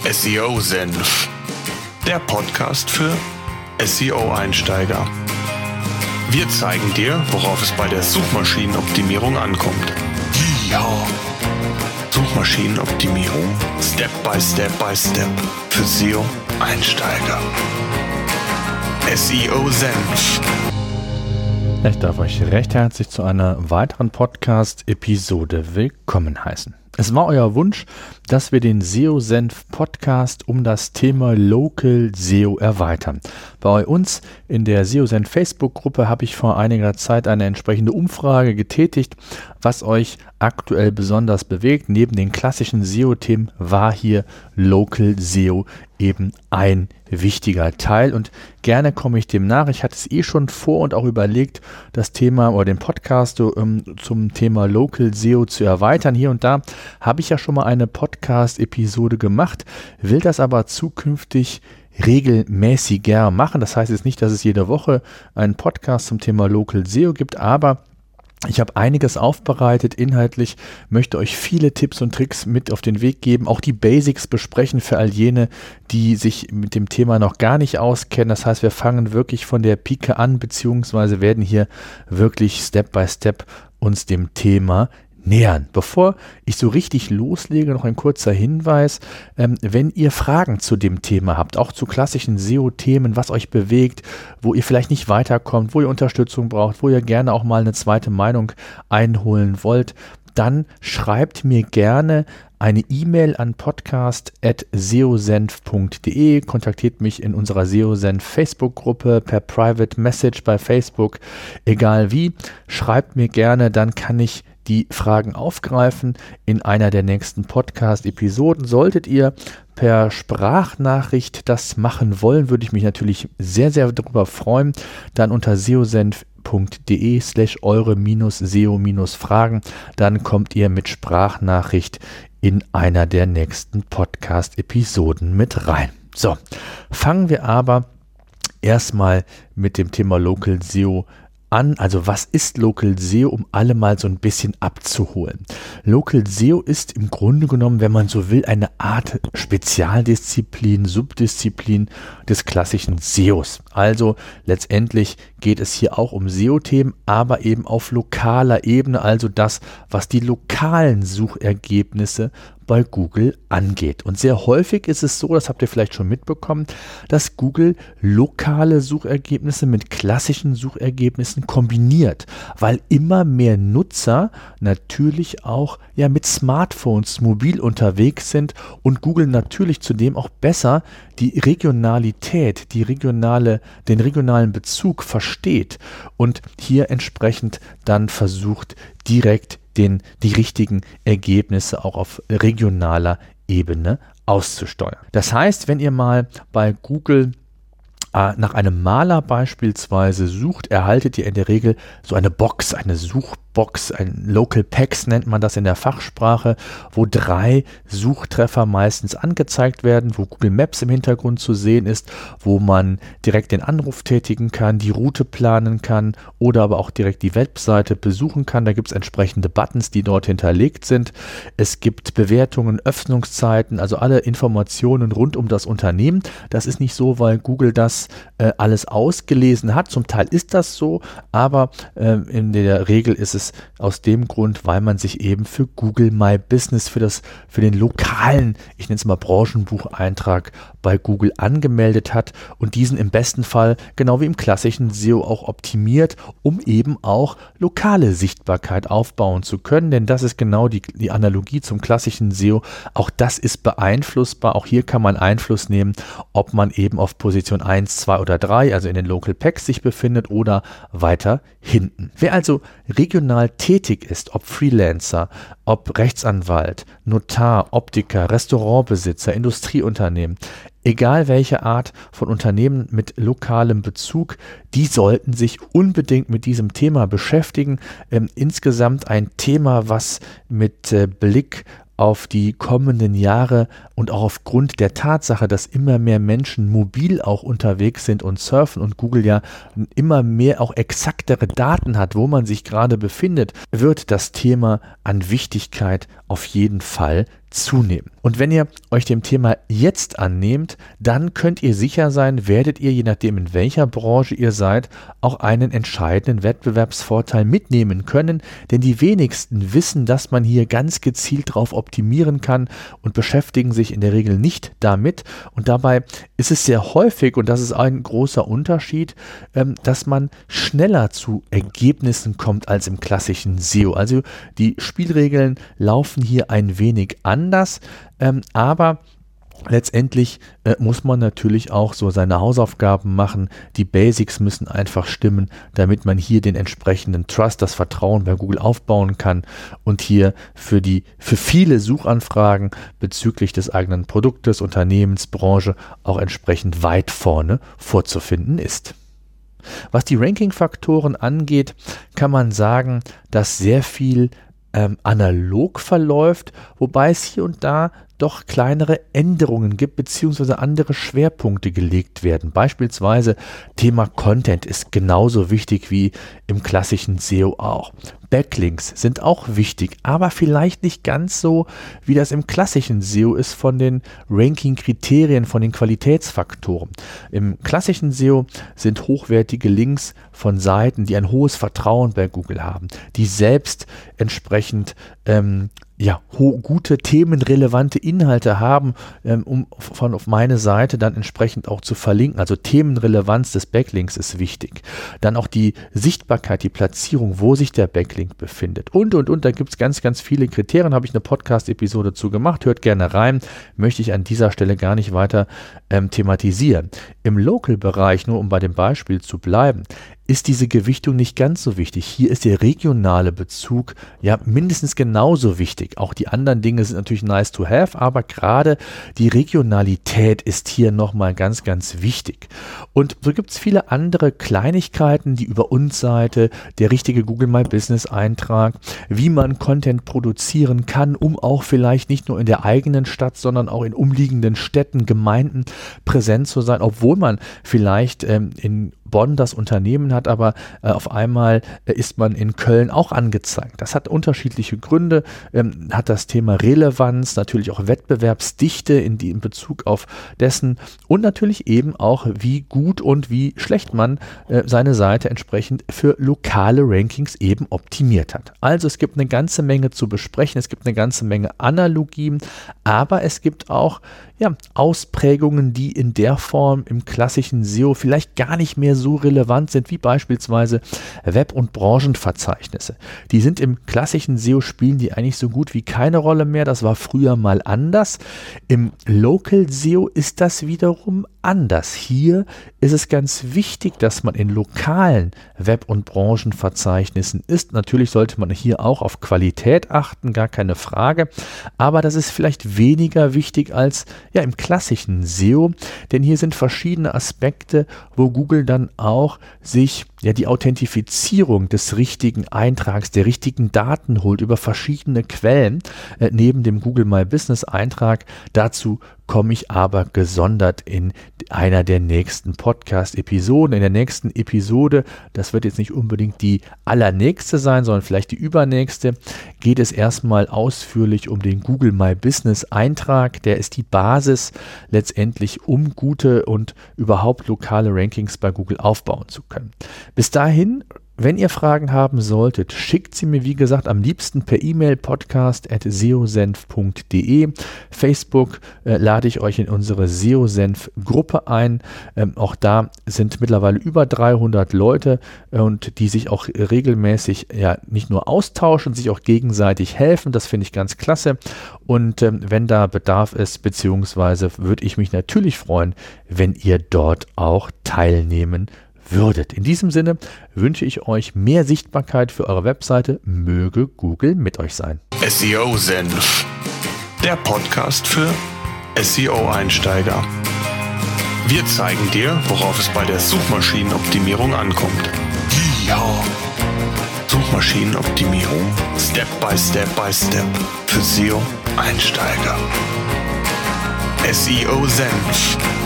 SEO-Senf, der Podcast für SEO-Einsteiger. Wir zeigen dir, worauf es bei der Suchmaschinenoptimierung ankommt. Ja, Suchmaschinenoptimierung Step by Step by Step für SEO-Einsteiger. SEO-Senf. Ich darf euch recht herzlich zu einer weiteren Podcast-Episode willkommen heißen. Es war euer Wunsch, dass wir den SEO-Senf-Podcast um das Thema Local SEO erweitern. Bei uns in der SEO-Senf Facebook-Gruppe habe ich vor einiger Zeit eine entsprechende Umfrage getätigt, was euch aktuell besonders bewegt. Neben den klassischen SEO-Themen war hier Local SEO eben ein wichtiger Teil und gerne komme ich dem nach. Ich hatte es schon vor und auch überlegt, das Thema oder den Podcast zum Thema Local SEO zu erweitern. Hier und da habe ich ja schon mal eine Podcast-Episode gemacht, will das aber zukünftig regelmäßiger machen. Das heißt jetzt nicht, dass es jede Woche einen Podcast zum Thema Local SEO gibt, aber ich habe einiges aufbereitet inhaltlich, möchte euch viele Tipps und Tricks mit auf den Weg geben, auch die Basics besprechen für all jene, die sich mit dem Thema noch gar nicht auskennen. Das heißt, wir fangen wirklich von der Pike an, beziehungsweise werden hier wirklich Step by Step uns dem Thema nähern. Bevor ich so richtig loslege, noch ein kurzer Hinweis, wenn ihr Fragen zu dem Thema habt, auch zu klassischen SEO-Themen, was euch bewegt, wo ihr vielleicht nicht weiterkommt, wo ihr Unterstützung braucht, wo ihr gerne auch mal eine zweite Meinung einholen wollt, dann schreibt mir gerne eine E-Mail an podcast@seosenf.de, kontaktiert mich in unserer SEO-Senf Facebook-Gruppe per Private Message bei Facebook, egal wie, schreibt mir gerne, dann kann ich die Fragen aufgreifen in einer der nächsten Podcast-Episoden. Solltet ihr per Sprachnachricht das machen wollen, würde ich mich natürlich sehr, sehr darüber freuen. Dann unter seosenf.de/eure-seo-Fragen. Dann kommt ihr mit Sprachnachricht in einer der nächsten Podcast-Episoden mit rein. So, fangen wir aber erstmal mit dem Thema Local SEO an. Also was ist Local SEO, um alle mal so ein bisschen abzuholen? Local SEO ist im Grunde genommen, wenn man so will, eine Art Spezialdisziplin, Subdisziplin des klassischen SEOs. Also letztendlich geht es hier auch um SEO-Themen, aber eben auf lokaler Ebene, also das, was die lokalen Suchergebnisse bei Google angeht. Und sehr häufig ist es so, das habt ihr vielleicht schon mitbekommen, dass Google lokale Suchergebnisse mit klassischen Suchergebnissen kombiniert, weil immer mehr Nutzer natürlich auch mit Smartphones mobil unterwegs sind und Google natürlich zudem auch besser die Regionalität, den regionalen Bezug versteht und hier entsprechend dann versucht, direkt die richtigen Ergebnisse auch auf regionaler Ebene auszusteuern. Das heißt, wenn ihr mal bei Google nach einem Maler beispielsweise sucht, erhaltet ihr in der Regel so eine Box, eine Suchbox, ein Local Packs nennt man das in der Fachsprache, wo 3 Suchtreffer meistens angezeigt werden, wo Google Maps im Hintergrund zu sehen ist, wo man direkt den Anruf tätigen kann, die Route planen kann oder aber auch direkt die Webseite besuchen kann. Da gibt es entsprechende Buttons, die dort hinterlegt sind. Es gibt Bewertungen, Öffnungszeiten, also alle Informationen rund um das Unternehmen. Das ist nicht so, weil Google das alles ausgelesen hat. Zum Teil ist das so, aber in der Regel ist es aus dem Grund, weil man sich eben für Google My Business, für den lokalen, ich nenne es mal Branchenbucheintrag bei Google angemeldet hat und diesen im besten Fall, genau wie im klassischen SEO, auch optimiert, um eben auch lokale Sichtbarkeit aufbauen zu können, denn das ist genau die Analogie zum klassischen SEO. Auch das ist beeinflussbar, auch hier kann man Einfluss nehmen, ob man eben auf Position 1, 2 oder 3, also in den Local Packs sich befindet oder weiter hinten. Wer also regional tätig ist, ob Freelancer, ob Rechtsanwalt, Notar, Optiker, Restaurantbesitzer, Industrieunternehmen, egal welche Art von Unternehmen mit lokalem Bezug, die sollten sich unbedingt mit diesem Thema beschäftigen. Insgesamt ein Thema, was mit Blick auf die kommenden Jahre und auch aufgrund der Tatsache, dass immer mehr Menschen mobil auch unterwegs sind und surfen und Google ja immer mehr auch exaktere Daten hat, wo man sich gerade befindet, wird das Thema an Wichtigkeit auf jeden Fall zunehmen. Und wenn ihr euch dem Thema jetzt annehmt, dann könnt ihr sicher sein, werdet ihr, je nachdem in welcher Branche ihr seid, auch einen entscheidenden Wettbewerbsvorteil mitnehmen können, denn die wenigsten wissen, dass man hier ganz gezielt drauf optimieren kann und beschäftigen sich in der Regel nicht damit. Und dabei ist es sehr häufig, und das ist ein großer Unterschied, dass man schneller zu Ergebnissen kommt als im klassischen SEO. Also die Spielregeln laufen hier ein wenig anders, aber letztendlich muss man natürlich auch so seine Hausaufgaben machen. Die Basics müssen einfach stimmen, damit man hier den entsprechenden Trust, das Vertrauen bei Google aufbauen kann und hier für viele Suchanfragen bezüglich des eigenen Produktes, Unternehmens, Branche auch entsprechend weit vorne vorzufinden ist. Was die Ranking-Faktoren angeht, kann man sagen, dass sehr viel analog verläuft, wobei es hier und da doch kleinere Änderungen gibt, beziehungsweise andere Schwerpunkte gelegt werden. Beispielsweise Thema Content ist genauso wichtig wie im klassischen SEO auch. Backlinks sind auch wichtig, aber vielleicht nicht ganz so, wie das im klassischen SEO ist von den Ranking-Kriterien, von den Qualitätsfaktoren. Im klassischen SEO sind hochwertige Links von Seiten, die ein hohes Vertrauen bei Google haben, die selbst entsprechend gute themenrelevante Inhalte haben, um auf meine Seite dann entsprechend auch zu verlinken. Also Themenrelevanz des Backlinks ist wichtig. Dann auch die Sichtbarkeit, die Platzierung, wo sich der Backlink befindet. Und. Da gibt es ganz, ganz viele Kriterien. Habe ich eine Podcast-Episode zu gemacht. Hört gerne rein. Möchte ich an dieser Stelle gar nicht weiter thematisieren. Im Local-Bereich, nur um bei dem Beispiel zu bleiben, ist diese Gewichtung nicht ganz so wichtig. Hier ist der regionale Bezug ja mindestens genauso wichtig. Auch die anderen Dinge sind natürlich nice to have, aber gerade die Regionalität ist hier nochmal ganz, ganz wichtig. Und so gibt es viele andere Kleinigkeiten, die Über-uns-Seite, der richtige Google My Business-Eintrag, wie man Content produzieren kann, um auch vielleicht nicht nur in der eigenen Stadt, sondern auch in umliegenden Städten, Gemeinden präsent zu sein, obwohl man vielleicht in Bonn das Unternehmen hat, aber auf einmal ist man in Köln auch angezeigt. Das hat unterschiedliche Gründe, hat das Thema Relevanz, natürlich auch Wettbewerbsdichte in Bezug auf dessen und natürlich eben auch, wie gut und wie schlecht man seine Seite entsprechend für lokale Rankings eben optimiert hat. Also es gibt eine ganze Menge zu besprechen, es gibt eine ganze Menge Analogien, aber es gibt auch Ausprägungen, die in der Form im klassischen SEO vielleicht gar nicht mehr so relevant sind, wie beispielsweise Web- und Branchenverzeichnisse. Die sind im klassischen SEO, spielen die eigentlich so gut wie keine Rolle mehr. Das war früher mal anders. Im Local SEO ist das wiederum anders. Hier ist es ganz wichtig, dass man in lokalen Web- und Branchenverzeichnissen ist. Natürlich sollte man hier auch auf Qualität achten, gar keine Frage. Aber das ist vielleicht weniger wichtig als im klassischen SEO, denn hier sind verschiedene Aspekte, wo Google dann auch sich die Authentifizierung des richtigen Eintrags, der richtigen Daten holt über verschiedene Quellen, neben dem Google My Business Eintrag. Dazu komme ich aber gesondert in einer der nächsten Podcast-Episoden. In der nächsten Episode, das wird jetzt nicht unbedingt die allernächste sein, sondern vielleicht die übernächste, geht es erstmal ausführlich um den Google My Business Eintrag. Der ist die Basis letztendlich, um gute und überhaupt lokale Rankings bei Google aufbauen zu können. Bis dahin, wenn ihr Fragen haben solltet, schickt sie mir, wie gesagt, am liebsten per E-Mail podcast@seosenf.de. Facebook lade ich euch in unsere SEO-Senf-Gruppe ein. Auch da sind mittlerweile über 300 Leute und die sich auch regelmäßig nicht nur austauschen, sich auch gegenseitig helfen. Das finde ich ganz klasse. Und wenn da Bedarf ist, beziehungsweise würde ich mich natürlich freuen, wenn ihr dort auch teilnehmen würdet. In diesem Sinne wünsche ich euch mehr Sichtbarkeit für eure Webseite. Möge Google mit euch sein. SEO Senf, der Podcast für SEO-Einsteiger. Wir zeigen dir, worauf es bei der Suchmaschinenoptimierung ankommt. Ja. Suchmaschinenoptimierung Step by Step by Step für SEO-Einsteiger. SEO Senf.